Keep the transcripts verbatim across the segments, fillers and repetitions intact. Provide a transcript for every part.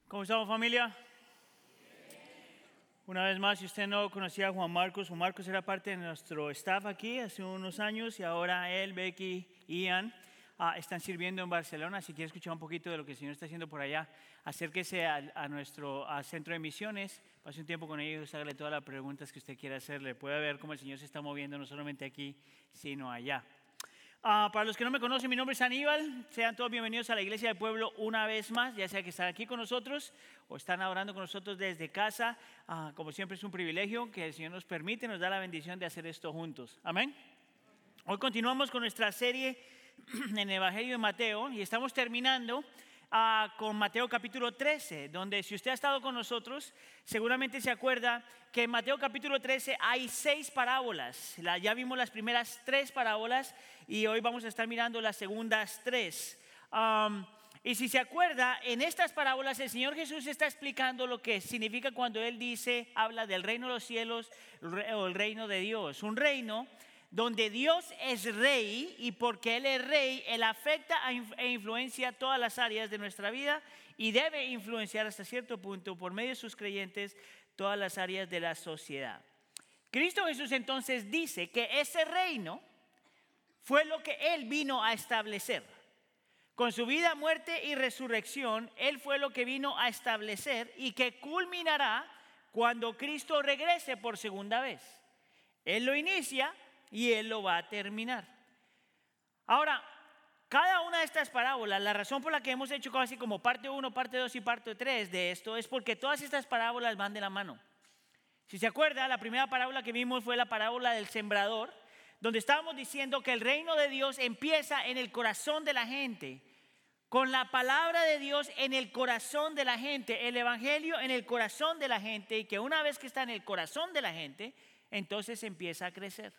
¿Cómo estamos, familia? Una vez más, si usted no conocía a Juan Marcos, Juan Marcos era parte de nuestro staff aquí hace unos años y ahora él, Becky, Ian uh, están sirviendo en Barcelona. Si quiere escuchar un poquito de lo que el Señor está haciendo por allá, acérquese a, a nuestro a centro de misiones, pase un tiempo con ellos, hágale todas las preguntas que usted quiera hacerle. Puede ver cómo el Señor se está moviendo no solamente aquí, sino allá. Uh, para los que no me conocen, mi nombre es Aníbal. Sean todos bienvenidos a la Iglesia del Pueblo una vez más, ya sea que están aquí con nosotros o están orando con nosotros desde casa. Uh, como siempre es un privilegio que el Señor nos permite, nos da la bendición de hacer esto juntos. Amén. Hoy continuamos con nuestra serie en el Evangelio de Mateo y estamos terminando Uh, con Mateo capítulo trece, donde si usted ha estado con nosotros, seguramente se acuerda que en Mateo capítulo trece hay seis parábolas. La, ya vimos las primeras tres parábolas y hoy vamos a estar mirando las segundas tres. Um, y si se acuerda, en estas parábolas el Señor Jesús está explicando lo que significa cuando Él dice, habla del reino de los cielos o el reino de Dios. Un reino donde Dios es rey y porque Él es rey, Él afecta e influencia todas las áreas de nuestra vida y debe influenciar hasta cierto punto por medio de sus creyentes todas las áreas de la sociedad. Cristo Jesús entonces dice que ese reino fue lo que Él vino a establecer. Con su vida, muerte y resurrección, Él fue lo que vino a establecer y que culminará cuando Cristo regrese por segunda vez. Él lo inicia y Él lo va a terminar. Ahora, cada una de estas parábolas, la razón por la que hemos hecho casi como parte uno, parte dos y parte tres de esto es porque todas estas parábolas van de la mano. Si se acuerda, la primera parábola que vimos fue la parábola del sembrador, donde estábamos diciendo que el reino de Dios empieza en el corazón de la gente, con la palabra de Dios en el corazón de la gente, el evangelio en el corazón de la gente, y que una vez que está en el corazón de la gente, entonces empieza a crecer.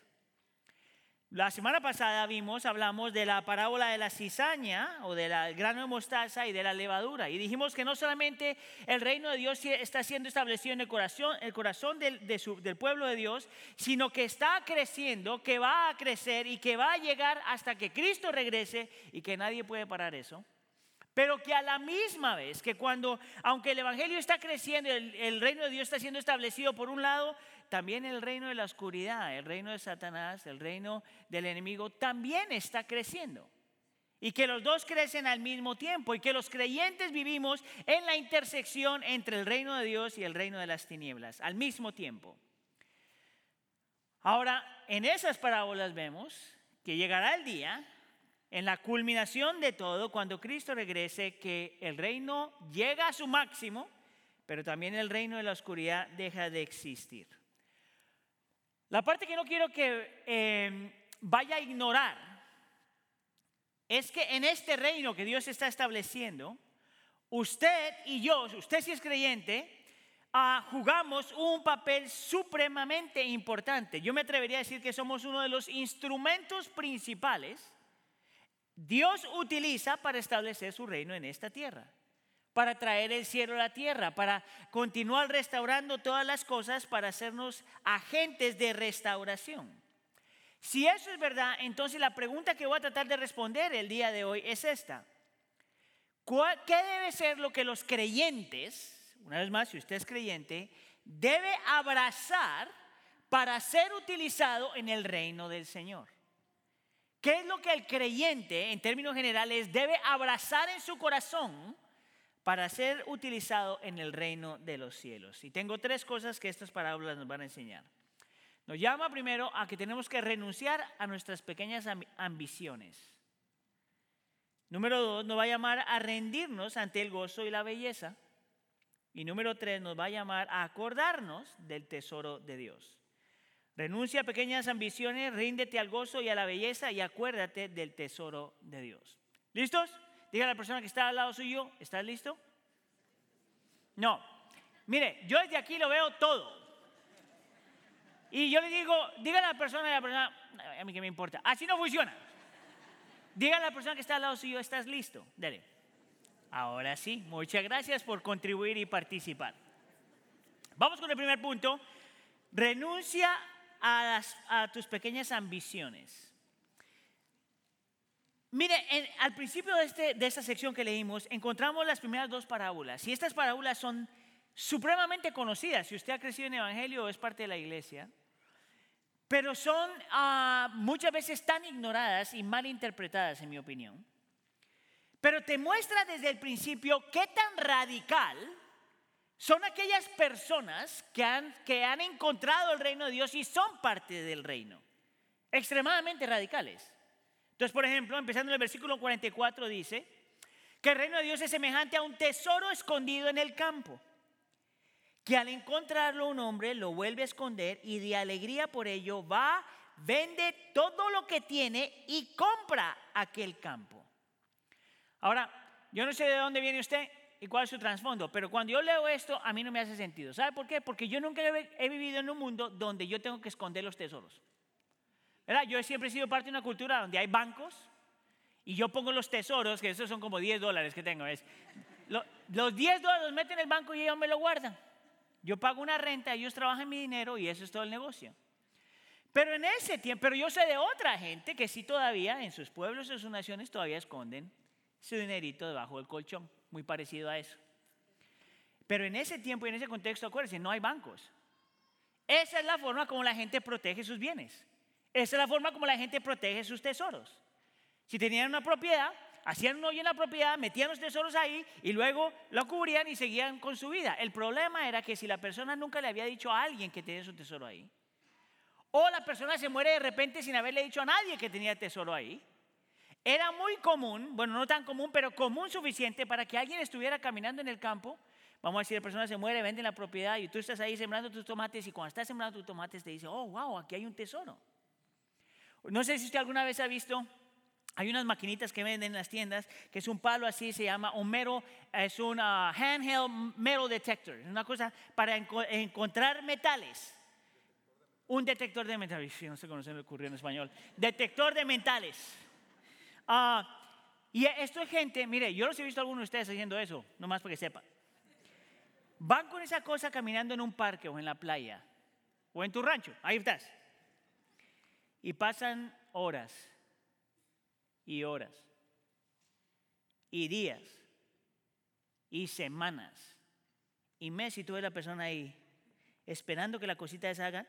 La semana pasada vimos, hablamos de la parábola de la cizaña o del grano de mostaza y de la levadura. Y dijimos que no solamente el reino de Dios está siendo establecido en el corazón, el corazón del, de su, del pueblo de Dios, sino que está creciendo, que va a crecer y que va a llegar hasta que Cristo regrese y que nadie puede parar eso. Pero que a la misma vez que cuando, aunque el evangelio está creciendo, el, el reino de Dios está siendo establecido por un lado, también el reino de la oscuridad, el reino de Satanás, el reino del enemigo también está creciendo. Y que los dos crecen al mismo tiempo y que los creyentes vivimos en la intersección entre el reino de Dios y el reino de las tinieblas al mismo tiempo. Ahora, en esas parábolas vemos que llegará el día, en la culminación de todo, cuando Cristo regrese, que el reino llega a su máximo, pero también el reino de la oscuridad deja de existir. La parte que no quiero que eh, vaya a ignorar es que en este reino que Dios está estableciendo, usted y yo, usted si es creyente, uh, jugamos un papel supremamente importante. Yo me atrevería a decir que somos uno de los instrumentos principales Dios utiliza para establecer su reino en esta tierra, para traer el cielo a la tierra, para continuar restaurando todas las cosas, para hacernos agentes de restauración. Si eso es verdad, entonces la pregunta que voy a tratar de responder el día de hoy es esta: ¿qué debe ser lo que los creyentes, una vez más, si usted es creyente, debe abrazar para ser utilizado en el reino del Señor? ¿Qué es lo que el creyente, en términos generales, debe abrazar en su corazón para ser utilizado en el reino de los cielos? Y tengo tres cosas que estas parábolas nos van a enseñar. Nos llama primero a que tenemos que renunciar a nuestras pequeñas ambiciones. Número dos, nos va a llamar a rendirnos ante el gozo y la belleza. Y número tres, nos va a llamar a acordarnos del tesoro de Dios. Renuncia a pequeñas ambiciones, ríndete al gozo y a la belleza y acuérdate del tesoro de Dios. ¿Listos? Diga a la persona que está al lado suyo, ¿estás listo? No. Mire, yo desde aquí lo veo todo. Y yo le digo, diga a la persona, a la persona, a mí que me importa. Así no funciona. Diga a la persona que está al lado suyo, ¿estás listo? Dale. Ahora sí, muchas gracias por contribuir y participar. Vamos con el primer punto. Renuncia A, las, a tus pequeñas ambiciones. Mire, en, al principio de, este, de esta sección que leímos, encontramos las primeras dos parábolas. Y estas parábolas son supremamente conocidas. Si usted ha crecido en el Evangelio o es parte de la iglesia. Pero son uh, muchas veces tan ignoradas y mal interpretadas, en mi opinión. Pero te muestra desde el principio qué tan radical son aquellas personas que han, que han encontrado el reino de Dios y son parte del reino. Extremadamente radicales. Entonces, por ejemplo, empezando en el versículo cuarenta y cuatro dice que el reino de Dios es semejante a un tesoro escondido en el campo, que al encontrarlo un hombre lo vuelve a esconder y de alegría por ello va, vende todo lo que tiene y compra aquel campo. Ahora, yo no sé de dónde viene usted y cuál es su trasfondo, pero cuando yo leo esto a mí no me hace sentido. ¿Sabe por qué? Porque yo nunca he, he vivido en un mundo donde yo tengo que esconder los tesoros. ¿Verdad? Yo siempre he sido parte de una cultura donde hay bancos y yo pongo los tesoros, que esos son como diez dólares que tengo. Es, lo, los diez dólares los meten en el banco y ellos me lo guardan. Yo pago una renta, ellos trabajan mi dinero y eso es todo el negocio. Pero en ese tiempo, pero yo sé de otra gente que sí todavía en sus pueblos o sus naciones todavía esconden su dinerito debajo del colchón, muy parecido a eso. Pero en ese tiempo y en ese contexto, acuérdense, no hay bancos. Esa es la forma como la gente protege sus bienes. Esa es la forma como la gente protege sus tesoros. Si tenían una propiedad, hacían un hoyo en la propiedad, metían los tesoros ahí y luego lo cubrían y seguían con su vida. El problema era que si la persona nunca le había dicho a alguien que tenía su tesoro ahí, o la persona se muere de repente sin haberle dicho a nadie que tenía tesoro ahí, era muy común, bueno, no tan común, pero común suficiente para que alguien estuviera caminando en el campo. Vamos a decir, la persona se muere, vende la propiedad y tú estás ahí sembrando tus tomates y cuando estás sembrando tus tomates te dice, oh, wow, aquí hay un tesoro. No sé si usted alguna vez ha visto, hay unas maquinitas que venden en las tiendas, que es un palo así, se llama un metal, es un uh, handheld metal detector, es una cosa para enco- encontrar metales. Un detector de metales, no sé cómo se me ocurrió en español, detector de metales. Uh, y esto es gente, mire, yo los he visto a algunos de ustedes haciendo eso, nomás para que sepa. Van con esa cosa caminando en un parque o en la playa, o en tu rancho, ahí estás. Y pasan horas y horas y días y semanas y meses y tú ves la persona ahí esperando que la cosita esa haga.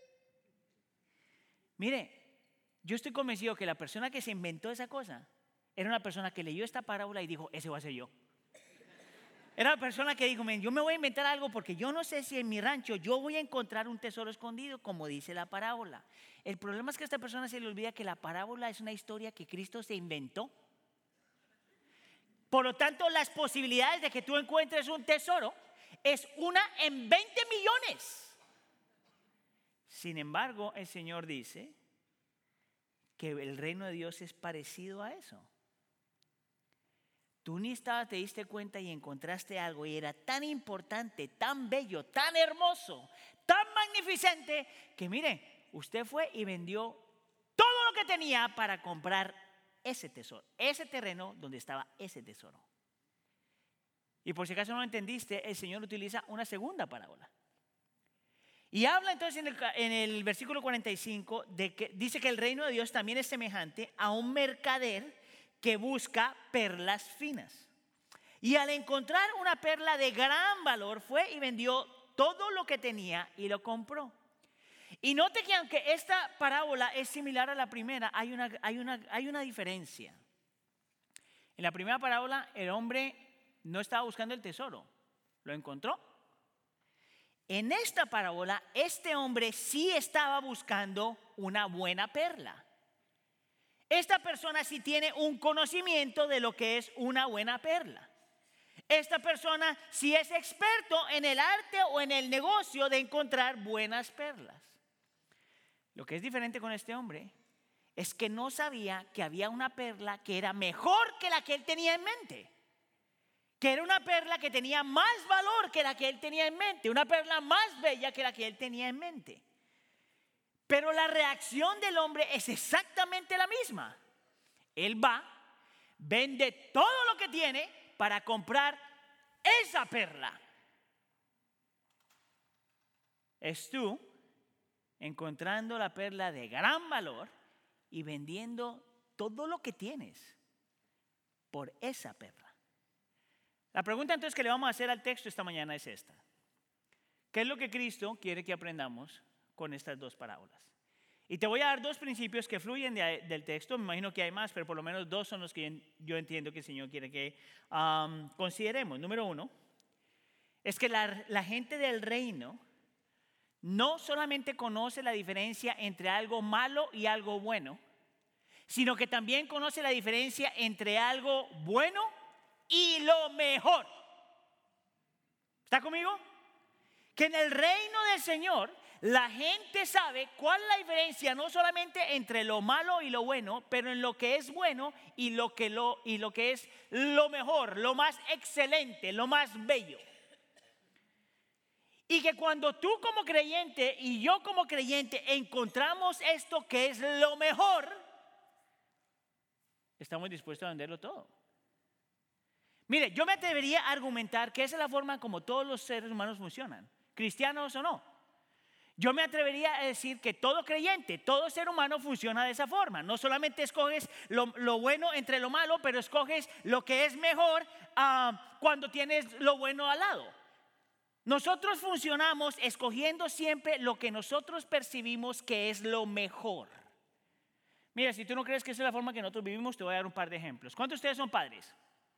Mire, yo estoy convencido que la persona que se inventó esa cosa era una persona que leyó esta parábola y dijo, ese va a ser yo. Era la persona que dijo, yo me voy a inventar algo porque yo no sé si en mi rancho yo voy a encontrar un tesoro escondido, como dice la parábola. El problema es que a esta persona se le olvida que la parábola es una historia que Cristo se inventó. Por lo tanto, las posibilidades de que tú encuentres un tesoro es una en veinte millones. Sin embargo, el Señor dice que el reino de Dios es parecido a eso. Tú ni estaba, te diste cuenta y encontraste algo y era tan importante, tan bello, tan hermoso, tan magnificente que mire, usted fue y vendió todo lo que tenía para comprar ese tesoro, ese terreno donde estaba ese tesoro. Y por si acaso no lo entendiste, el Señor utiliza una segunda parábola. Y habla entonces en el, en el versículo cuarenta y cinco de que dice que el reino de Dios también es semejante a un mercader que busca perlas finas. Y al encontrar una perla de gran valor, fue y vendió todo lo que tenía y lo compró. Y note que aunque esta parábola es similar a la primera, hay una, hay una, hay una diferencia. En la primera parábola, el hombre no estaba buscando el tesoro, lo encontró. En esta parábola, este hombre sí estaba buscando una buena perla. Esta persona sí tiene un conocimiento de lo que es una buena perla. Esta persona sí es experto en el arte o en el negocio de encontrar buenas perlas. Lo que es diferente con este hombre es que no sabía que había una perla que era mejor que la que él tenía en mente. Que era una perla que tenía más valor que la que él tenía en mente. Una perla más bella que la que él tenía en mente. Pero la reacción del hombre es exactamente la misma. Él va, vende todo lo que tiene para comprar esa perla. Es tú encontrando la perla de gran valor y vendiendo todo lo que tienes por esa perla. La pregunta entonces que le vamos a hacer al texto esta mañana es esta. ¿Qué es lo que Cristo quiere que aprendamos con estas dos parábolas? Y te voy a dar dos principios que fluyen de, del texto. Me imagino que hay más, pero por lo menos dos son los que yo entiendo que el Señor quiere que um, consideremos. Número uno, es que la, la gente del reino no solamente conoce la diferencia entre algo malo y algo bueno, sino que también conoce la diferencia entre algo bueno y lo mejor. ¿Está conmigo? Que en el reino del Señor la gente sabe cuál es la diferencia no solamente entre lo malo y lo bueno, pero en lo que es bueno y lo que, lo, y lo que es lo mejor, lo más excelente, lo más bello. Y que cuando tú como creyente y yo como creyente encontramos esto que es lo mejor, estamos dispuestos a venderlo todo. Mire, yo me atrevería a argumentar que esa es la forma como todos los seres humanos funcionan, cristianos o no. Yo me atrevería a decir que todo creyente, todo ser humano funciona de esa forma. No solamente escoges lo, lo bueno entre lo malo, pero escoges lo que es mejor uh, cuando tienes lo bueno al lado. Nosotros funcionamos escogiendo siempre lo que nosotros percibimos que es lo mejor. Mira, si tú no crees que esa es la forma que nosotros vivimos, te voy a dar un par de ejemplos. ¿Cuántos de ustedes son padres?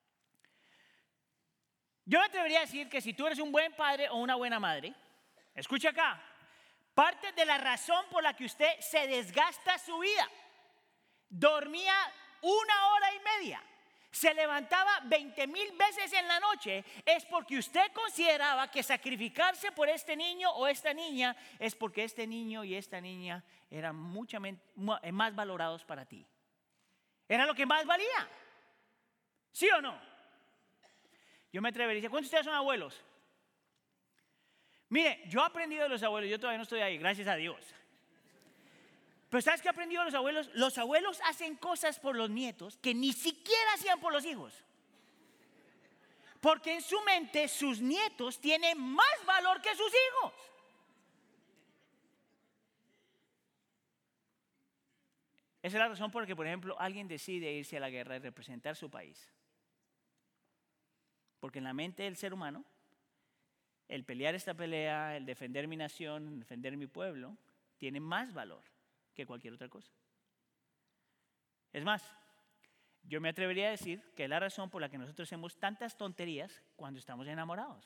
Yo me atrevería a decir que si tú eres un buen padre o una buena madre, escucha acá. Parte de la razón por la que usted se desgasta su vida, dormía una hora y media, se levantaba veinte mil veces en la noche, es porque usted consideraba que sacrificarse por este niño o esta niña es porque este niño y esta niña eran mucho más valorados para ti. Era lo que más valía. ¿Sí o no? Yo me atrevería a decir, ¿cuántos de ustedes son abuelos? Mire, yo he aprendido de los abuelos, yo todavía no estoy ahí, gracias a Dios. Pero ¿sabes qué he aprendido de los abuelos? Los abuelos hacen cosas por los nietos que ni siquiera hacían por los hijos. Porque en su mente sus nietos tienen más valor que sus hijos. Esa es la razón por la que, por ejemplo, alguien decide irse a la guerra y representar su país. Porque en la mente del ser humano, el pelear esta pelea, el defender mi nación, el defender mi pueblo, tiene más valor que cualquier otra cosa. Es más, yo me atrevería a decir que es la razón por la que nosotros hacemos tantas tonterías cuando estamos enamorados.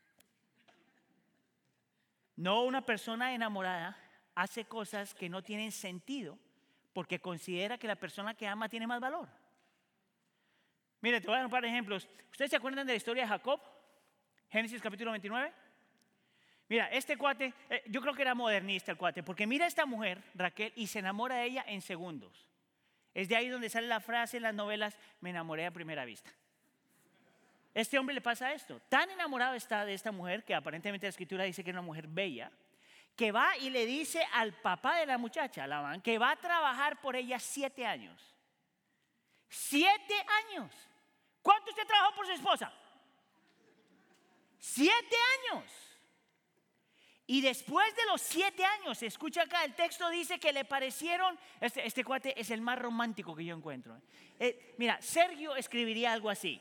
No, una persona enamorada hace cosas que no tienen sentido porque considera que la persona que ama tiene más valor. Mire, te voy a dar un par de ejemplos. ¿Ustedes se acuerdan de la historia de Jacob? Génesis capítulo veintinueve. Mira, este cuate, eh, yo creo que era modernista el cuate, porque mira a esta mujer, Raquel, y se enamora de ella en segundos. Es de ahí donde sale la frase en las novelas, me enamoré a primera vista. Este hombre le pasa esto. Tan enamorado está de esta mujer, que aparentemente la escritura dice que es una mujer bella, que va y le dice al papá de la muchacha, Labán, que va a trabajar por ella siete años. Siete años. ¿Cuánto usted trabajó por su esposa? Siete años. Y después de los siete años, escucha acá, el texto dice que le parecieron, este, este cuate es el más romántico que yo encuentro. Eh, mira, Sergio escribiría algo así.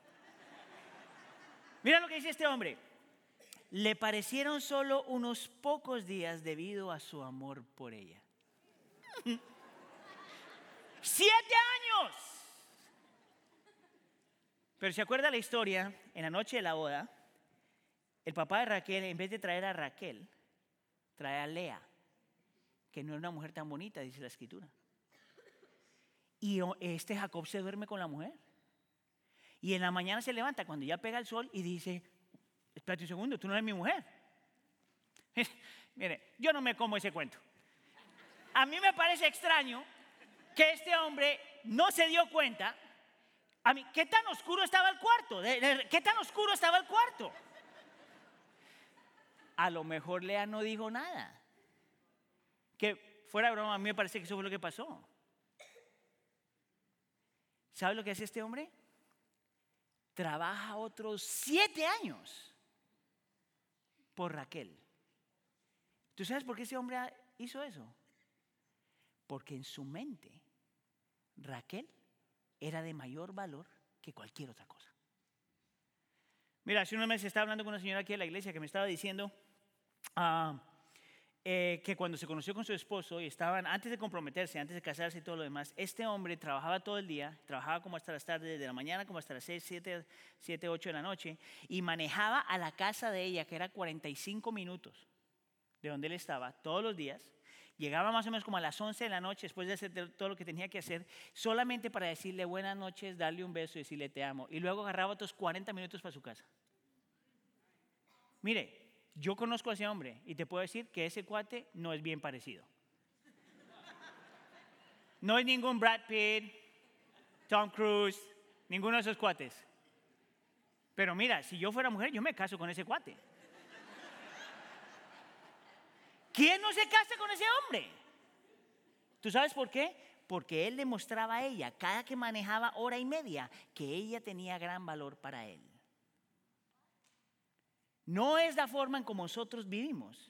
Mira lo que dice este hombre. Le parecieron solo unos pocos días debido a su amor por ella. ¡Siete años! Pero ¿se acuerda la historia? En la noche de la boda, el papá de Raquel, en vez de traer a Raquel, trae a Lea, que no es una mujer tan bonita, dice la escritura. Y este Jacob se duerme con la mujer. Y en la mañana se levanta cuando ya pega el sol y dice, espérate un segundo, tú no eres mi mujer. Mire, yo no me como ese cuento. A mí me parece extraño que este hombre no se dio cuenta. A mí, ¿qué tan oscuro estaba el cuarto? ¿Qué tan oscuro estaba el cuarto? A lo mejor Lea no dijo nada. Que fuera de broma, a mí me parece que eso fue lo que pasó. ¿Sabe lo que hace este hombre? Trabaja otros siete años por Raquel. ¿Tú sabes por qué ese hombre hizo eso? Porque en su mente Raquel era de mayor valor que cualquier otra cosa. Mira, hace unos meses estaba hablando con una señora aquí de la iglesia que me estaba diciendo uh, eh, que cuando se conoció con su esposo y estaban, antes de comprometerse, antes de casarse y todo lo demás, este hombre trabajaba todo el día, trabajaba como hasta las tardes, desde la mañana como hasta las seis, siete, ocho de la noche, y manejaba a la casa de ella, que era cuarenta y cinco minutos de donde él estaba, todos los días. Llegaba más o menos como a las once de la noche, después de hacer todo lo que tenía que hacer, solamente para decirle buenas noches, darle un beso y decirle te amo. Y luego agarraba otros cuarenta minutos para su casa. Mire, yo conozco a ese hombre y te puedo decir que ese cuate no es bien parecido. No es ningún Brad Pitt, Tom Cruise, ninguno de esos cuates. Pero mira, si yo fuera mujer, yo me caso con ese cuate. ¿Quién no se casa con ese hombre? ¿Tú sabes por qué? Porque él le mostraba a ella, cada que manejaba hora y media, que ella tenía gran valor para él. No es la forma en como nosotros vivimos.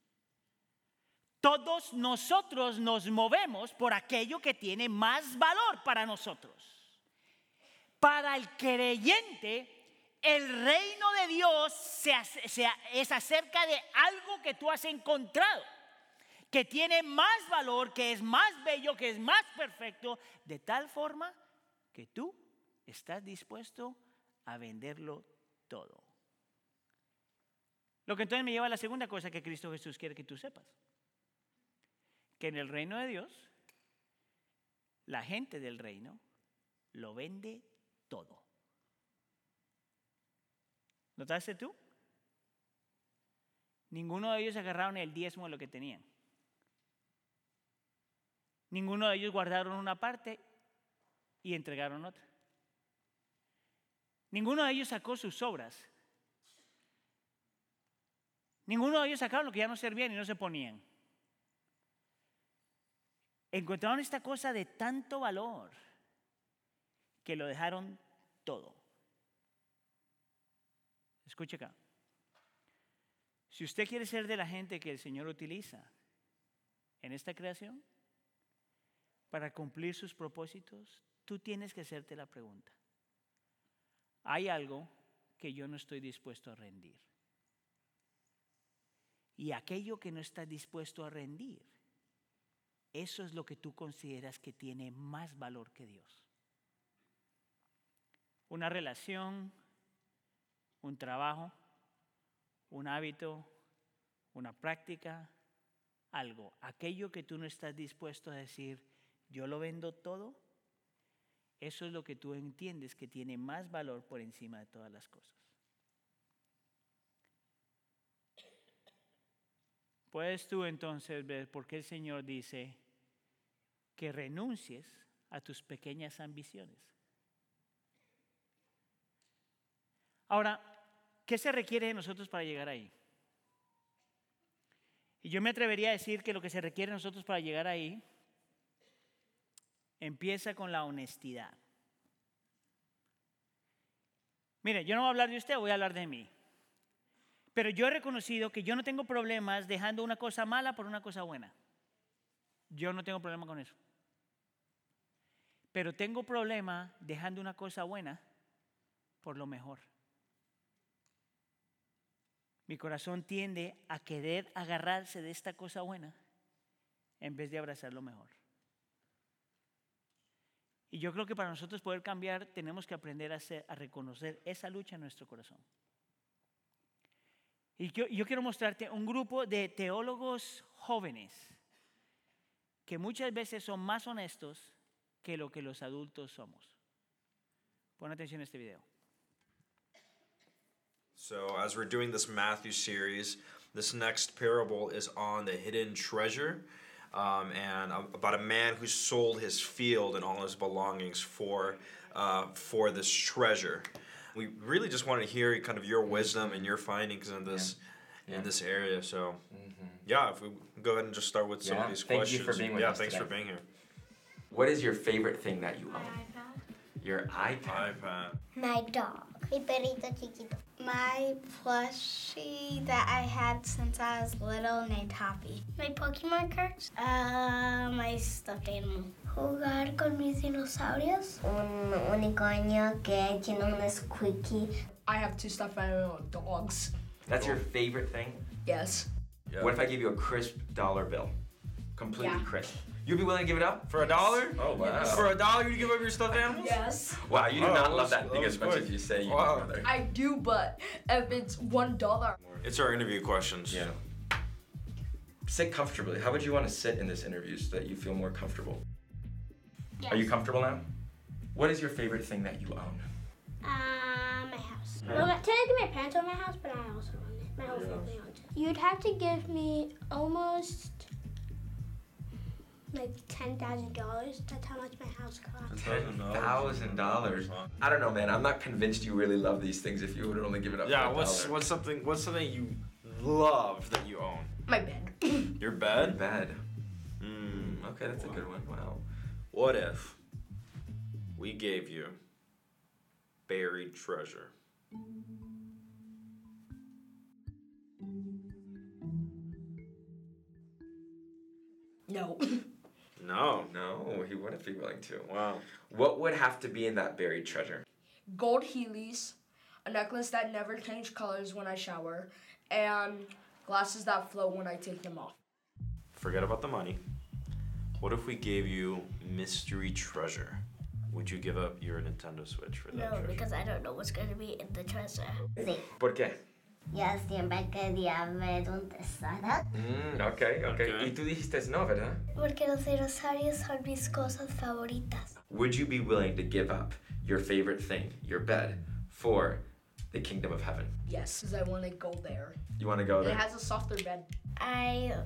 Todos nosotros nos movemos por aquello que tiene más valor para nosotros. Para el creyente, el reino de Dios se, se, es acerca de algo que tú has encontrado, que tiene más valor, que es más bello, que es más perfecto, de tal forma que tú estás dispuesto a venderlo todo. Lo que entonces me lleva a la segunda cosa que Cristo Jesús quiere que tú sepas. Que en el reino de Dios, la gente del reino lo vende todo. ¿Notaste tú? Ninguno de ellos agarraron el diezmo de lo que tenían. Ninguno de ellos guardaron una parte y entregaron otra. Ninguno de ellos sacó sus obras. Ninguno de ellos sacaron lo que ya no servían y no se ponían. Encontraron esta cosa de tanto valor que lo dejaron todo. Escuche acá. Si usted quiere ser de la gente que el Señor utiliza en esta creación para cumplir sus propósitos, tú tienes que hacerte la pregunta: ¿hay algo que yo no estoy dispuesto a rendir? Y aquello que no estás dispuesto a rendir, eso es lo que tú consideras que tiene más valor que Dios. Una relación, un trabajo, un hábito, una práctica, algo. Aquello que tú no estás dispuesto a decir, yo lo vendo todo, eso es lo que tú entiendes que tiene más valor por encima de todas las cosas. Puedes tú entonces ver por qué el Señor dice que renuncies a tus pequeñas ambiciones. Ahora, ¿qué se requiere de nosotros para llegar ahí? Y yo me atrevería a decir que lo que se requiere de nosotros para llegar ahí empieza con la honestidad. Mire, yo no voy a hablar de usted, voy a hablar de mí. Pero yo he reconocido que yo no tengo problemas dejando una cosa mala por una cosa buena. Yo no tengo problema con eso. Pero tengo problema dejando una cosa buena por lo mejor. Mi corazón tiende a querer agarrarse de esta cosa buena en vez de abrazar lo mejor. Y yo creo que para nosotros poder cambiar tenemos que aprender a, hacer, a reconocer esa lucha en nuestro corazón. Y yo, yo quiero mostrarte un grupo de teólogos jóvenes que muchas veces son más honestos que lo que los adultos somos. Pon atención a este video. So as we're doing this Matthew series, this next parable is on the hidden treasure, um, and about a man who sold his field and all his belongings for uh, for this treasure. We really just want to hear kind of your wisdom and your findings in this yeah. Yeah. in this area. So mm-hmm. yeah, if we go ahead and just start with some yeah. of these Thank questions. You for being with yeah, us thanks today. for being here. What is your favorite thing that you own? My iPad. Your iPad. iPad. My dog. Mi perrito chiquito. My plushie that I had since I was little named Hoppy. My Pokemon cards. Uh, my stuffed animal. Jugar con mis dinosaurios. Un unicornio que tiene un squeaky. I have two stuffed animal dogs. That's your favorite thing? Yes. Yeah. What if I give you a crisp dollar bill? Completely Yeah. crisp. You'd be willing to give it up? For a dollar? Oh, wow. For a dollar, you give up your stuffed animals? Yes. Wow, you do Wow, not that love was- that that thing was as much quick. as you say you Wow. do, brother. I do, but if it's one dollar. It's our interview questions. Yeah. Sit comfortably. How would you want to sit in this interview so that you feel more comfortable? Are you comfortable now? What is your favorite thing that you own? Uh, my house. Well, technically my parents own my house, but I also own it. My whole family owns it. You'd have to give me almost like ten thousand dollars. That's how much my house costs. Ten thousand dollars. I don't know, man. I'm not convinced you really love these things if you would only give it up Yeah, for a what's dollar. what's something what's something you love that you own? My bed. Your Bad. bed? Bad. Hmm. Okay, that's a good one. Wow. What if we gave you buried treasure? No. No. No, he wouldn't be willing to. Wow. What would have to be in that buried treasure? Gold Heelys, a necklace that never change colors when I shower, and glasses that float when I take them off. Forget about the money. What if we gave you mystery treasure? Would you give up your Nintendo Switch for that No, treasure? because I don't know what's going to be in the treasure. Sí. ¿Por qué? Yo siempre quería ver un tesoro. Mm, okay, okay. Okay. Y tú dijiste no, ¿verdad? Porque los dinosaurios son mis cosas favoritas. Would you be willing to give up your favorite thing, your bed, for the kingdom of heaven? Yes, because I want to go there. You want to go It there? has a softer bed. I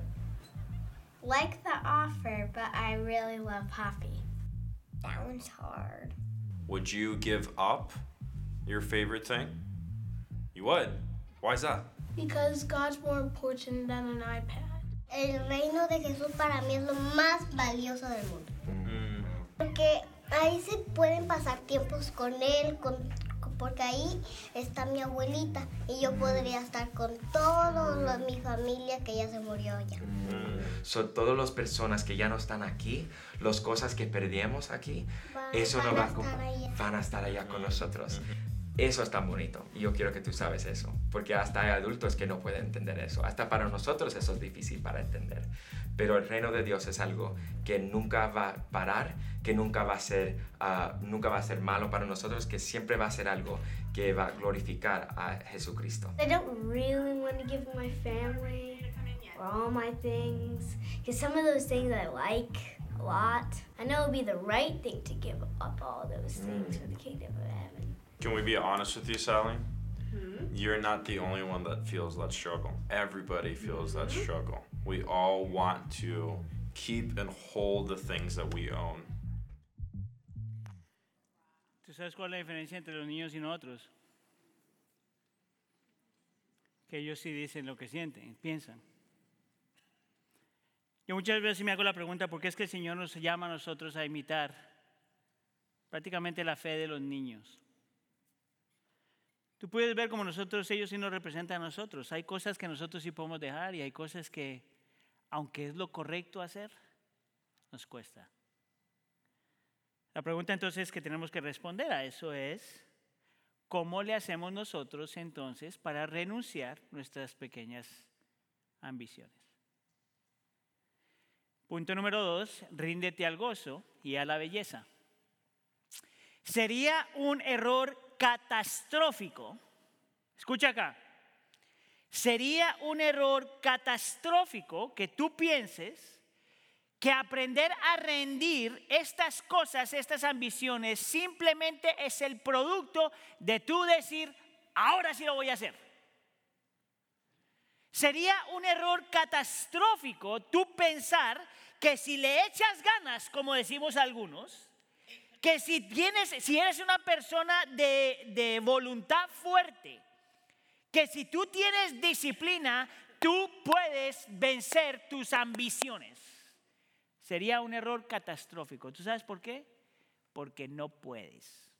like the offer, but I really love Poppy. That one's hard. Would you give up your favorite thing? You would. Why is that? Because God's more important than an iPad. El reino de Jesús para mí es lo más valioso del mundo. Mm. Porque ahí se pueden pasar tiempos con él, con, con- porque ahí está mi abuelita y yo podría estar con toda mi familia que ya se murió ya. So, todas las personas que ya no están aquí, las cosas que perdimos aquí, Van- eso no van va a a com- estar allá. van a estar allá con nosotros. Eso es tan bonito y yo quiero que tú sabes eso, porque hasta hay adultos que no pueden entender eso. Hasta para nosotros eso es difícil para entender. Pero el reino de Dios es algo que nunca va a parar, que nunca va a ser, ah, nunca va a ser malo para nosotros, que siempre va a ser algo que va a glorificar a Jesucristo. I don't really want to give my family or all my things, because some of those things I like a lot. I know it would be the right thing to give up all those things for the kingdom of heaven. Can we be honest with you, Sally? You're not the only one that feels that struggle. Everybody feels that struggle. We all want to keep and hold the things that we own. ¿Tú sabes cuál es la diferencia entre los niños y nosotros? Que ellos sí dicen lo que sienten, piensan. Yo muchas veces me hago la pregunta, ¿por qué es que el Señor nos llama a nosotros a imitar prácticamente la fe de los niños? Tú puedes ver como nosotros, ellos sí nos representan a nosotros. Hay cosas que nosotros sí podemos dejar y hay cosas que, aunque es lo correcto hacer, nos cuesta. La pregunta entonces que tenemos que responder a eso es, ¿cómo le hacemos nosotros entonces para renunciar nuestras pequeñas ambiciones? Punto número dos, ríndete al gozo y a la belleza. Sería un error catastrófico, escucha acá, sería un error catastrófico que tú pienses que aprender a rendir estas cosas, estas ambiciones, simplemente es el producto de tú decir, ahora sí lo voy a hacer. Sería un error catastrófico tú pensar que si le echas ganas, como decimos algunos, que si tienes, si eres una persona de, de voluntad fuerte, que si tú tienes disciplina, tú puedes vencer tus ambiciones. Sería un error catastrófico. ¿Tú sabes por qué? Porque no puedes.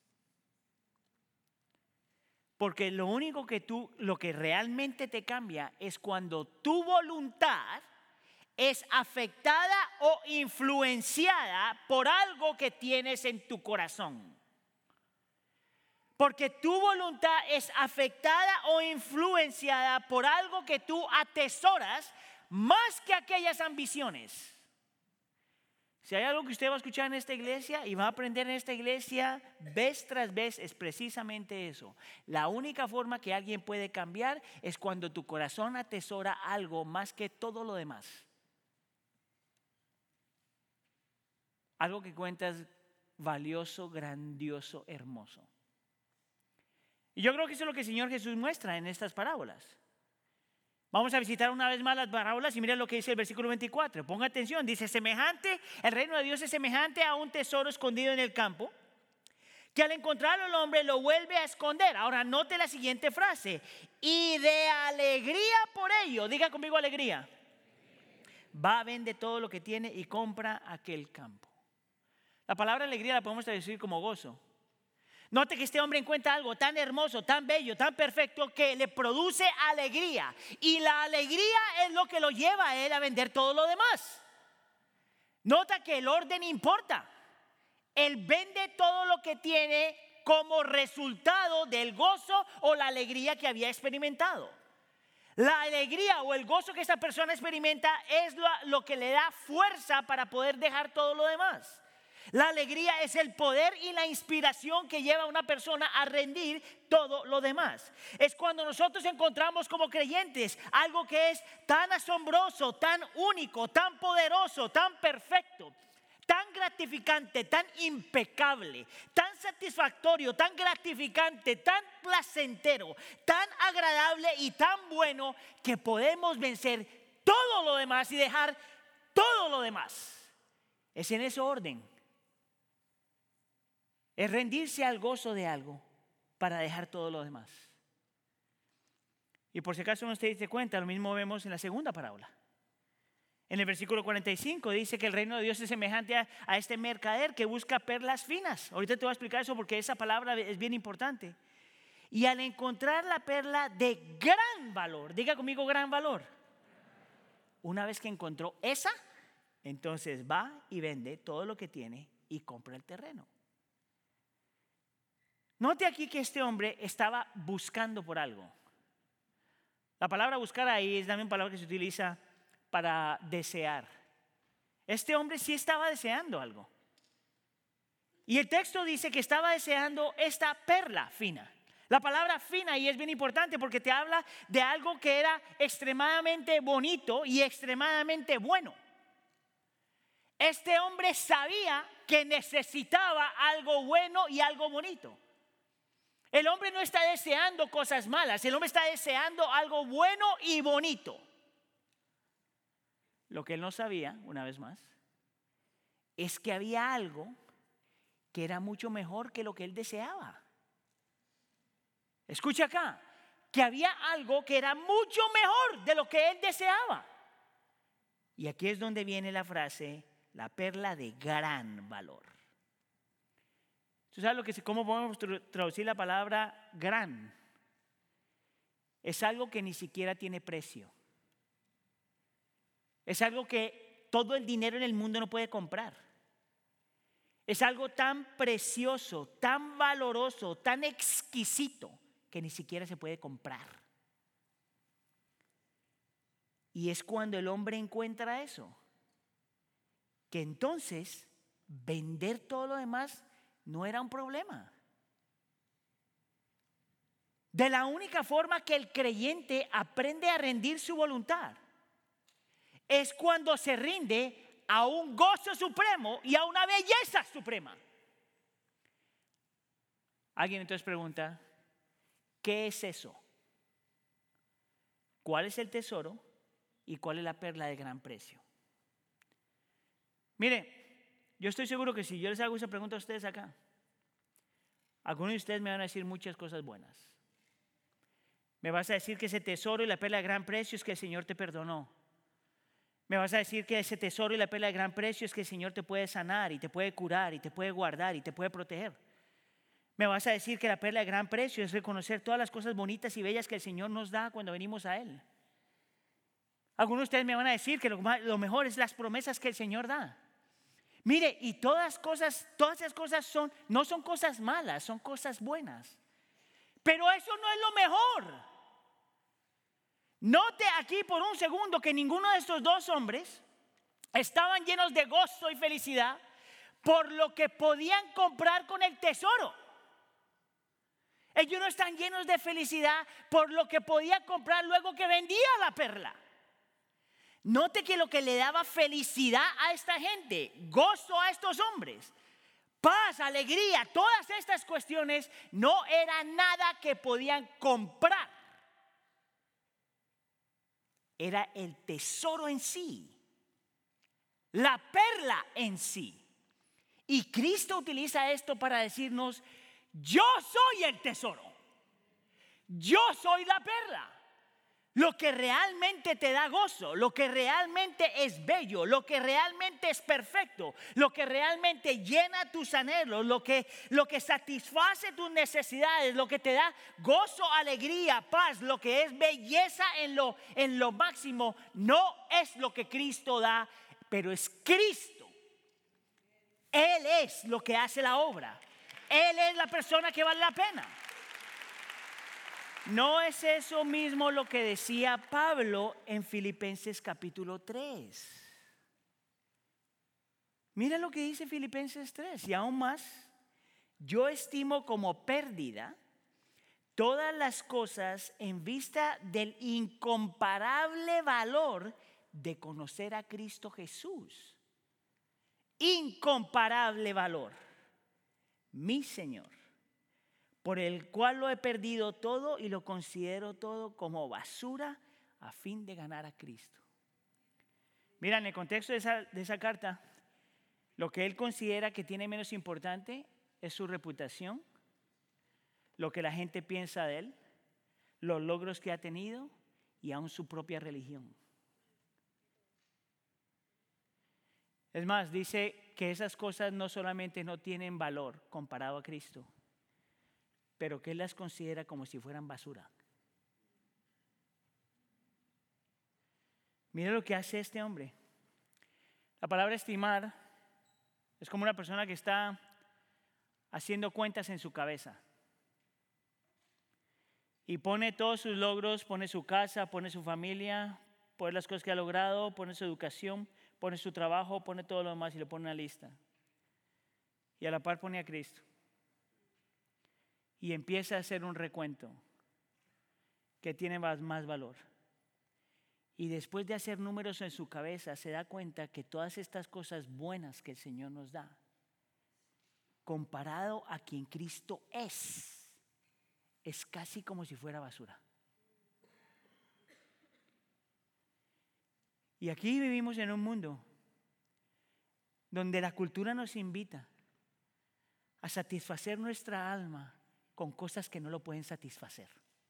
Porque lo único que tú, lo que realmente te cambia es cuando tu voluntad es afectada o influenciada por algo que tienes en tu corazón. Porque tu voluntad es afectada o influenciada por algo que tú atesoras más que aquellas ambiciones. Si hay algo que usted va a escuchar en esta iglesia y va a aprender en esta iglesia vez tras vez, es precisamente eso. La única forma que alguien puede cambiar es cuando tu corazón atesora algo más que todo lo demás. Algo que cuentas valioso, grandioso, hermoso. Y yo creo que eso es lo que el Señor Jesús muestra en estas parábolas. Vamos a visitar una vez más las parábolas y mira lo que dice el versículo veinticuatro. Ponga atención, dice, semejante, el reino de Dios es semejante a un tesoro escondido en el campo, que al encontrarlo el hombre lo vuelve a esconder. Ahora note la siguiente frase, y de alegría por ello, diga conmigo alegría, va, vende todo lo que tiene y compra aquel campo. La palabra alegría la podemos traducir como gozo. Note que este hombre encuentra algo tan hermoso, tan bello, tan perfecto que le produce alegría. Y la alegría es lo que lo lleva a él a vender todo lo demás. Nota que el orden importa. Él vende todo lo que tiene como resultado del gozo o la alegría que había experimentado. La alegría o el gozo que esta persona experimenta es lo, lo que le da fuerza para poder dejar todo lo demás. La alegría es el poder y la inspiración que lleva a una persona a rendir todo lo demás. Es cuando nosotros encontramos como creyentes algo que es tan asombroso, tan único, tan poderoso, tan perfecto, tan gratificante, tan impecable, tan satisfactorio, tan gratificante, tan placentero, tan agradable y tan bueno que podemos vencer todo lo demás y dejar todo lo demás. Es en ese orden. Es rendirse al gozo de algo para dejar todo lo demás. Y por si acaso no se diste cuenta, lo mismo vemos en la segunda parábola. En el versículo cuarenta y cinco dice que el reino de Dios es semejante a, a este mercader que busca perlas finas. Ahorita te voy a explicar eso porque esa palabra es bien importante. Y al encontrar la perla de gran valor, diga conmigo gran valor. Una vez que encontró esa, entonces va y vende todo lo que tiene y compra el terreno. Note aquí que este hombre estaba buscando por algo. La palabra buscar ahí es también una palabra que se utiliza para desear. Este hombre sí estaba deseando algo. Y el texto dice que estaba deseando esta perla fina. La palabra fina ahí es bien importante porque te habla de algo que era extremadamente bonito y extremadamente bueno. Este hombre sabía que necesitaba algo bueno y algo bonito. El hombre no está deseando cosas malas, el hombre está deseando algo bueno y bonito. Lo que él no sabía, una vez más, es que había algo que era mucho mejor que lo que él deseaba. Escucha acá, que había algo que era mucho mejor de lo que él deseaba. Y aquí es donde viene la frase, la perla de gran valor. ¿Tú sabes lo que, cómo podemos traducir la palabra gran? Es algo que ni siquiera tiene precio. Es algo que todo el dinero en el mundo no puede comprar. Es algo tan precioso, tan valoroso, tan exquisito que ni siquiera se puede comprar. Y es cuando el hombre encuentra eso, que entonces vender todo lo demás no era un problema. De la única forma que el creyente aprende a rendir su voluntad es cuando se rinde a un gozo supremo y a una belleza suprema. Alguien entonces pregunta, ¿qué es eso? ¿Cuál es el tesoro y cuál es la perla de gran precio? Mire, yo estoy seguro que si yo les hago esa pregunta a ustedes acá, algunos de ustedes me van a decir muchas cosas buenas. Me vas a decir que ese tesoro y la perla de gran precio es que el Señor te perdonó. Me vas a decir que ese tesoro y la perla de gran precio es que el Señor te puede sanar y te puede curar y te puede guardar y te puede proteger. Me vas a decir que la perla de gran precio es reconocer todas las cosas bonitas y bellas que el Señor nos da cuando venimos a Él. Algunos de ustedes me van a decir que lo, lo mejor es las promesas que el Señor da. Mire, y todas cosas, todas esas cosas son, no son cosas malas, son cosas buenas. Pero eso no es lo mejor. Note aquí por un segundo que ninguno de estos dos hombres estaban llenos de gozo y felicidad por lo que podían comprar con el tesoro. Ellos no están llenos de felicidad por lo que podían comprar luego que vendía la perla. Note que lo que le daba felicidad a esta gente, gozo a estos hombres, paz, alegría, todas estas cuestiones no era nada que podían comprar. Era el tesoro en sí, la perla en sí. Y Cristo utiliza esto para decirnos, yo soy el tesoro, yo soy la perla. Lo que realmente te da gozo, lo que realmente es bello, lo que realmente es perfecto, lo que realmente llena tus anhelos, lo que, lo que satisface tus necesidades, lo que te da gozo, alegría, paz, lo que es belleza en lo, en lo máximo, no es lo que Cristo da, pero es Cristo. Él es lo que hace la obra. Él es la persona que vale la pena. ¿No es eso mismo lo que decía Pablo en Filipenses capítulo tres? Mira lo que dice Filipenses tres. Y aún más, yo estimo como pérdida todas las cosas en vista del incomparable valor de conocer a Cristo Jesús. Incomparable valor. Mi Señor, por el cual lo he perdido todo y lo considero todo como basura a fin de ganar a Cristo. Mira, en el contexto de esa, de esa carta, lo que él considera que tiene menos importante es su reputación, lo que la gente piensa de él, los logros que ha tenido y aún su propia religión. Es más, dice que esas cosas no solamente no tienen valor comparado a Cristo, pero que él las considera como si fueran basura. Mira lo que hace este hombre. La palabra estimar es como una persona que está haciendo cuentas en su cabeza. Y pone todos sus logros, pone su casa, pone su familia, pone las cosas que ha logrado, pone su educación, pone su trabajo, pone todo lo demás y le pone una lista. Y a la par pone a Cristo. Y empieza a hacer un recuento que tiene más, más valor. Y después de hacer números en su cabeza, se da cuenta que todas estas cosas buenas que el Señor nos da, comparado a quien Cristo es, es casi como si fuera basura. Y aquí vivimos en un mundo donde la cultura nos invita a satisfacer nuestra alma con cosas que no lo pueden satisfacer.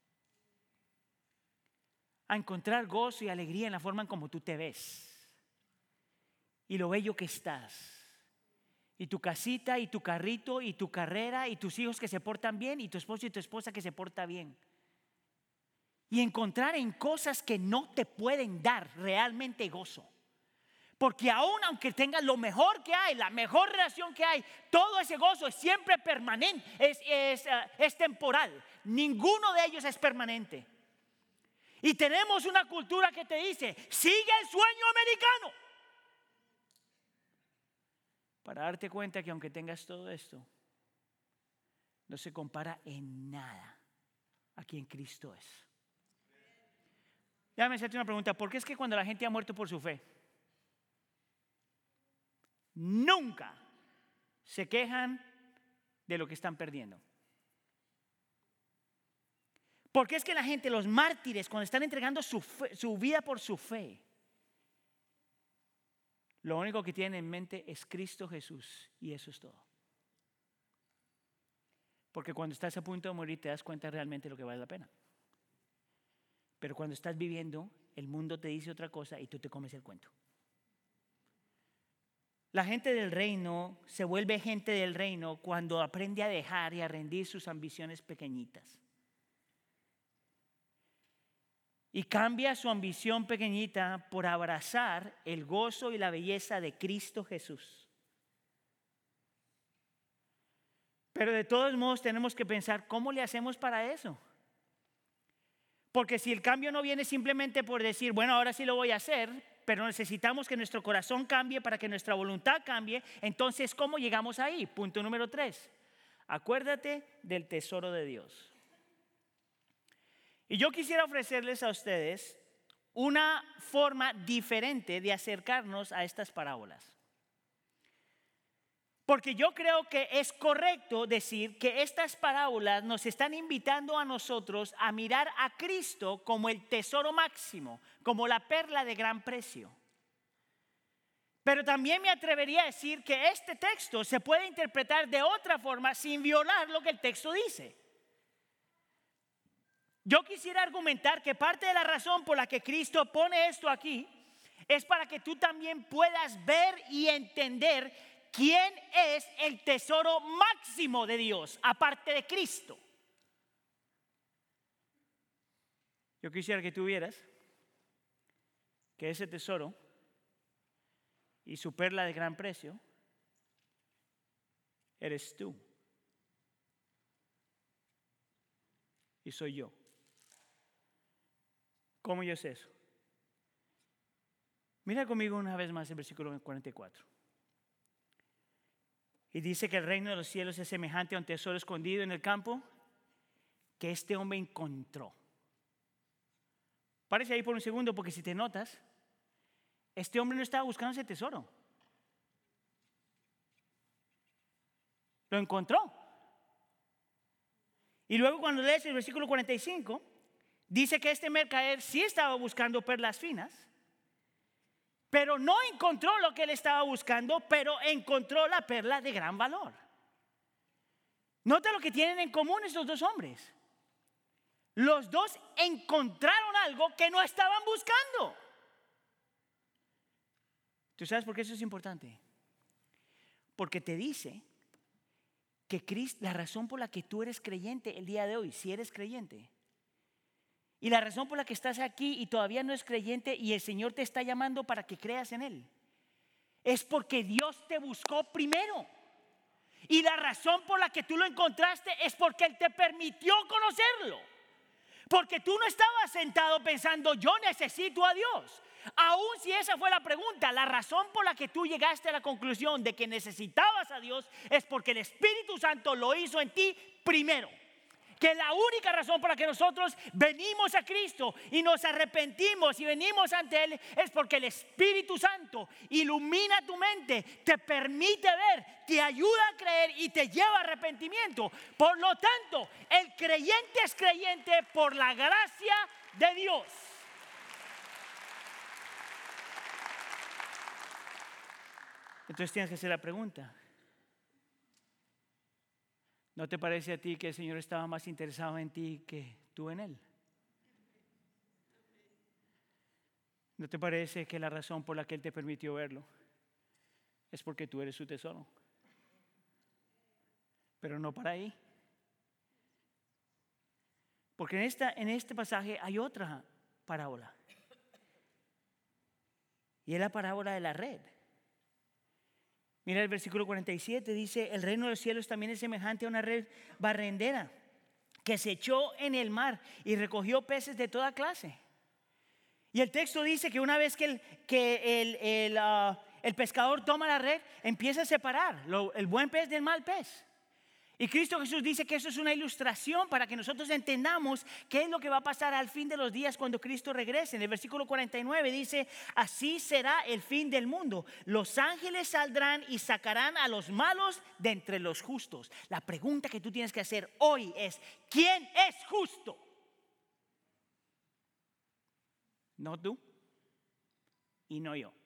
A encontrar gozo y alegría en la forma en como tú te ves. Y lo bello que estás. Y tu casita, y tu carrito, y tu carrera, y tus hijos que se portan bien, y tu esposo y tu esposa que se porta bien. Y encontrar en cosas que no te pueden dar realmente gozo. Porque aún aunque tengas lo mejor que hay, la mejor relación que hay, todo ese gozo es siempre permanente, es, es, uh, es temporal. Ninguno de ellos es permanente. Y tenemos una cultura que te dice, sigue el sueño americano. Para darte cuenta que aunque tengas todo esto, no se compara en nada a quien Cristo es. Déjame hacerte una pregunta. ¿Por qué es que cuando la gente ha muerto por su fe, nunca se quejan de lo que están perdiendo? Porque es que la gente, los mártires, cuando están entregando su, fe, su vida por su fe, lo único que tienen en mente es Cristo Jesús y eso es todo. Porque cuando estás a punto de morir te das cuenta realmente de lo que vale la pena. Pero cuando estás viviendo, el mundo te dice otra cosa y tú te comes el cuento. La gente del reino se vuelve gente del reino cuando aprende a dejar y a rendir sus ambiciones pequeñitas. y cambia su ambición pequeñita por abrazar el gozo y la belleza de Cristo Jesús. Pero de todos modos tenemos que pensar cómo le hacemos para eso. Porque si el cambio no viene simplemente por decir, bueno, ahora sí lo voy a hacer, pero necesitamos que nuestro corazón cambie para que nuestra voluntad cambie, entonces ¿cómo llegamos ahí? Punto número tres. Acuérdate del tesoro de Dios. Y yo quisiera ofrecerles a ustedes una forma diferente de acercarnos a estas parábolas. Porque yo creo que es correcto decir que estas parábolas nos están invitando a nosotros a mirar a Cristo como el tesoro máximo, como la perla de gran precio. Pero también me atrevería a decir que este texto se puede interpretar de otra forma sin violar lo que el texto dice. Yo quisiera argumentar que parte de la razón por la que Cristo pone esto aquí es para que tú también puedas ver y entender quién es el tesoro máximo de Dios, aparte de Cristo. Yo quisiera que tú vieras que ese tesoro y su perla de gran precio eres tú y soy yo. ¿Cómo yo sé eso? Mira conmigo una vez más el versículo cuarenta y cuatro. Y dice que el reino de los cielos es semejante a un tesoro escondido en el campo que este hombre encontró. Párese ahí por un segundo, porque si te notas, este hombre no estaba buscando ese tesoro. Lo encontró. Y luego cuando lees el versículo cuarenta y cinco, dice que este mercader sí estaba buscando perlas finas, pero no encontró lo que él estaba buscando, pero encontró la perla de gran valor. Nota lo que tienen en común estos dos hombres. Los dos encontraron algo que no estaban buscando. ¿Tú sabes por qué eso es importante? Porque te dice que Cristo, la razón por la que tú eres creyente el día de hoy, si eres creyente, y la razón por la que estás aquí y todavía no es creyente y el Señor te está llamando para que creas en Él, es porque Dios te buscó primero. Y la razón por la que tú lo encontraste es porque Él te permitió conocerlo. Porque tú no estabas sentado pensando, yo necesito a Dios. Aún si esa fue la pregunta, la razón por la que tú llegaste a la conclusión de que necesitabas a Dios es porque el Espíritu Santo lo hizo en ti primero. Que la única razón por la que nosotros venimos a Cristo y nos arrepentimos y venimos ante Él es porque el Espíritu Santo ilumina tu mente, te permite ver, te ayuda a creer y te lleva a arrepentimiento. Por lo tanto, el creyente es creyente por la gracia de Dios. Entonces tienes que hacer la pregunta. ¿No te parece a ti que el Señor estaba más interesado en ti que tú en Él? ¿No te parece que la razón por la que Él te permitió verlo es porque tú eres su tesoro? Pero no para ahí. Porque en, esta, en este pasaje hay otra parábola. Y es la parábola de la red. Mira el versículo cuarenta y siete, dice, el reino de los cielos también es semejante a una red barrendera que se echó en el mar y recogió peces de toda clase. Y el texto dice que una vez que el, que el, el, uh, el pescador toma la red, empieza a separar lo, el buen pez del mal pez. Y Cristo Jesús dice que eso es una ilustración para que nosotros entendamos qué es lo que va a pasar al fin de los días cuando Cristo regrese. En el versículo cuarenta y nueve dice, así será el fin del mundo. Los ángeles saldrán y sacarán a los malos de entre los justos. La pregunta que tú tienes que hacer hoy es, ¿quién es justo? No tú y no yo.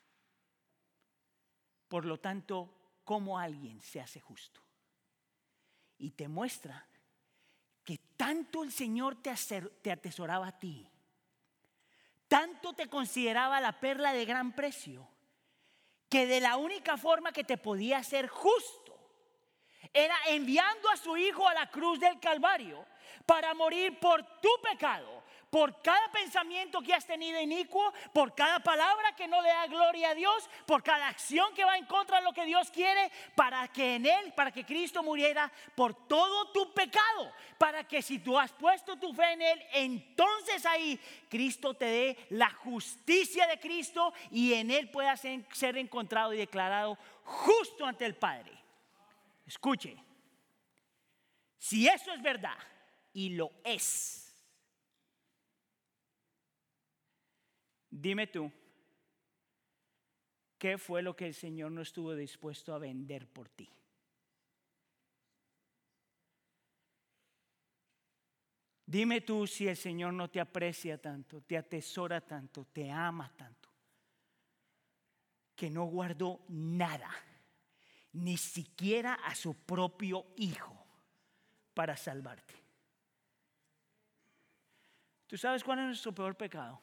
Por lo tanto, ¿cómo alguien se hace justo? Y te muestra que tanto el Señor te, te atesoraba a ti, tanto te consideraba la perla de gran precio, que de la única forma que te podía hacer justo era enviando a su Hijo a la cruz del Calvario para morir por tu pecado, por cada pensamiento que has tenido inicuo, por cada palabra que no le da gloria a Dios, por cada acción que va en contra de lo que Dios quiere, para que en Él, para que Cristo muriera por todo tu pecado, para que si tú has puesto tu fe en Él, entonces ahí Cristo te dé la justicia de Cristo y en Él puedas ser encontrado y declarado justo ante el Padre. Escuche, si eso es verdad, y lo es, dime tú, ¿qué fue lo que el Señor no estuvo dispuesto a vender por ti? Dime tú si el Señor no te aprecia tanto, te atesora tanto, te ama tanto, que no guardó nada, ni siquiera a su propio Hijo, para salvarte. ¿Tú sabes cuál es nuestro peor pecado?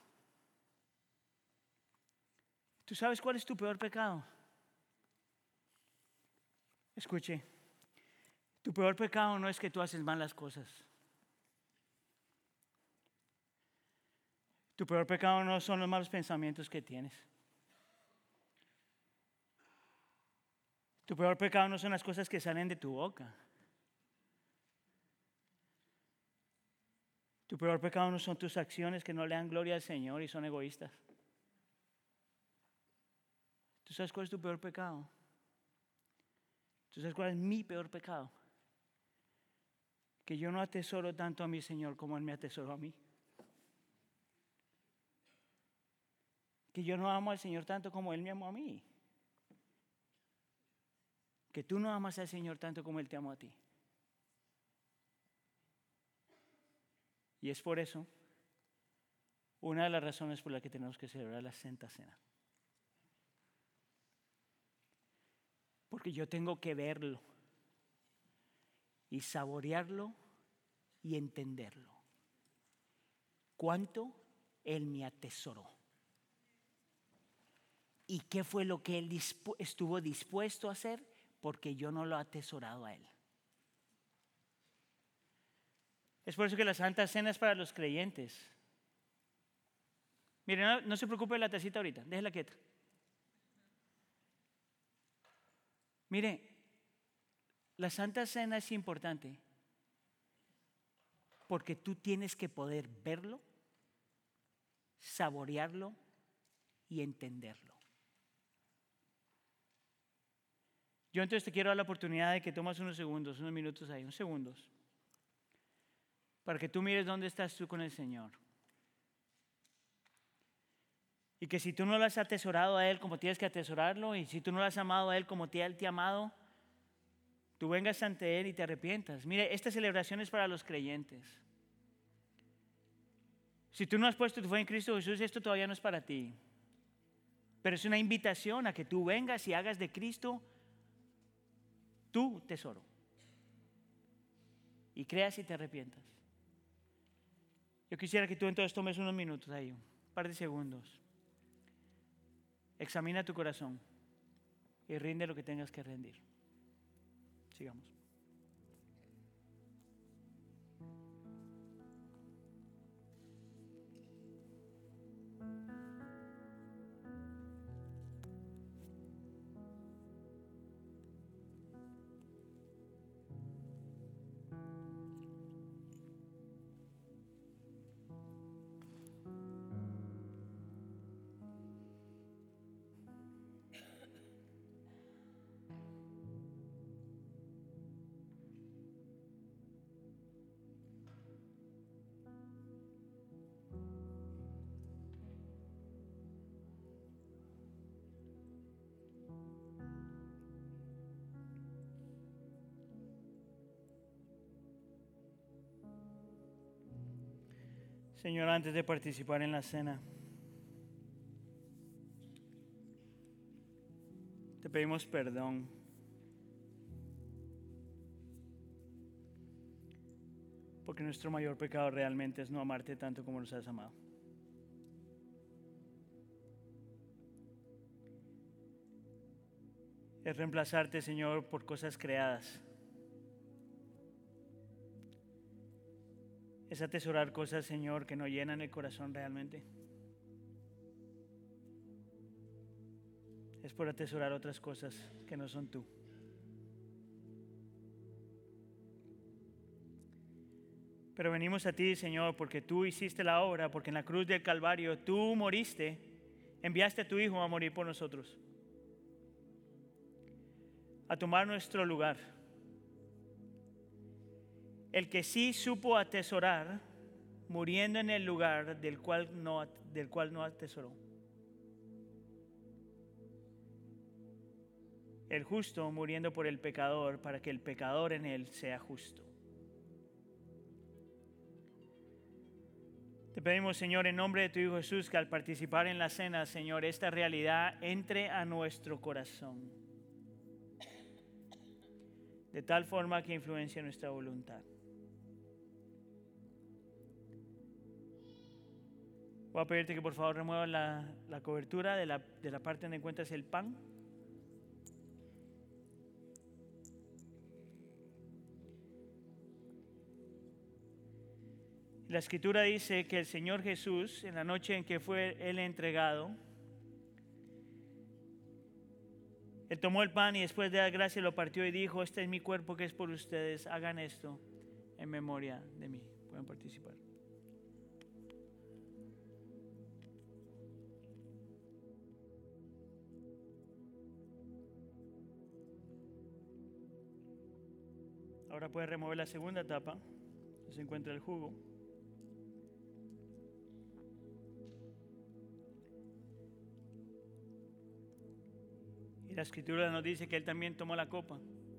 ¿Tú sabes cuál es tu peor pecado? Escuche, tu peor pecado no es que tú haces mal las cosas. Tu peor pecado no son los malos pensamientos que tienes. Tu peor pecado no son las cosas que salen de tu boca. Tu peor pecado no son tus acciones que no le dan gloria al Señor y son egoístas. ¿Tú sabes cuál es tu peor pecado? ¿Tú sabes cuál es mi peor pecado? Que yo no atesoro tanto a mi Señor como Él me atesoró a mí. Que yo no amo al Señor tanto como Él me amó a mí. Que tú no amas al Señor tanto como Él te amó a ti. Y es por eso una de las razones por las que tenemos que celebrar la Santa Cena. Porque yo tengo que verlo y saborearlo y entenderlo. Cuánto Él me atesoró. ¿Y qué fue lo que Él dispu- estuvo dispuesto a hacer? Porque yo no lo he atesorado a Él. Es por eso que la Santa Cena es para los creyentes. Miren, no, no se preocupe de la tacita ahorita, déjela quieta. Mire, la Santa Cena es importante porque tú tienes que poder verlo, saborearlo y entenderlo. Yo entonces te quiero dar la oportunidad de que tomes unos segundos, unos minutos ahí, unos segundos, para que tú mires dónde estás tú con el Señor. Y que si tú no lo has atesorado a Él como tienes que atesorarlo, y si tú no lo has amado a Él como Él te ha amado, tú vengas ante Él y te arrepientas. Mire, esta celebración es para los creyentes. Si tú no has puesto tu fe en Cristo Jesús, esto todavía no es para ti. Pero es una invitación a que tú vengas y hagas de Cristo tu tesoro. Y creas y te arrepientas. Yo quisiera que tú entonces tomes unos minutos ahí, un par de segundos. Examina tu corazón y rinde lo que tengas que rendir. Sigamos. Señor, antes de participar en la cena, te pedimos perdón. Porque nuestro mayor pecado realmente es no amarte tanto como nos has amado. Es reemplazarte, Señor, por cosas creadas. es atesorar cosas, Señor, que no llenan el corazón realmente. Es por atesorar otras cosas que no son tú. Pero venimos a ti, Señor, porque tú hiciste la obra, porque en la cruz del Calvario tú moriste, enviaste a tu Hijo a morir por nosotros, a tomar nuestro lugar. El que sí supo atesorar, muriendo en el lugar del cual no, del cual no atesoró. El justo muriendo por el pecador, para que el pecador en él sea justo. Te pedimos, Señor, en nombre de tu Hijo Jesús, que al participar en la cena, Señor, esta realidad entre a nuestro corazón, de tal forma que influencie nuestra voluntad. Voy a pedirte que por favor remuevas la, la cobertura de la, de la parte donde encuentras el pan. La Escritura dice que el Señor Jesús, en la noche en que fue Él entregado, Él tomó el pan y después de dar gracias lo partió y dijo: este es mi cuerpo que es por ustedes, hagan esto en memoria de mí. Pueden participar. Ahora puedes remover la segunda tapa, donde se encuentra el jugo. Y la Escritura nos dice que Él también tomó la copa.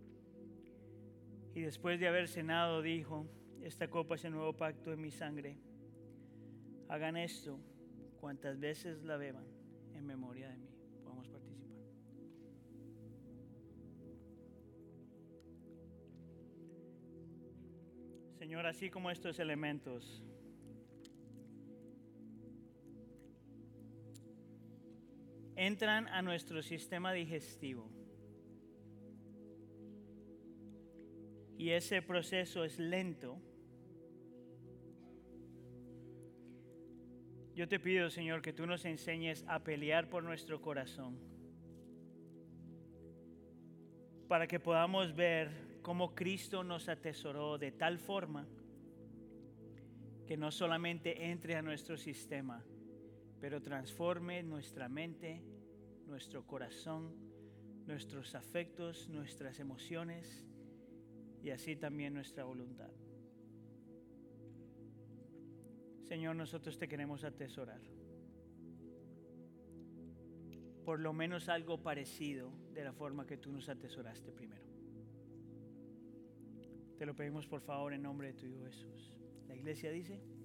Y después de haber cenado dijo: esta copa es el nuevo pacto en mi sangre. Hagan esto cuantas veces la beban en memoria de mí. Podemos participar. Señor, así como estos elementos entran a nuestro sistema digestivo y ese proceso es lento, yo te pido, Señor, que tú nos enseñes a pelear por nuestro corazón para que podamos ver cómo Cristo nos atesoró de tal forma que no solamente entre a nuestro sistema, pero transforme nuestra mente, nuestro corazón, nuestros afectos, nuestras emociones y así también nuestra voluntad. Señor, nosotros te queremos atesorar. Por lo menos algo parecido de la forma que tú nos atesoraste primero. Te lo pedimos por favor en nombre de tu Hijo Jesús. La iglesia dice...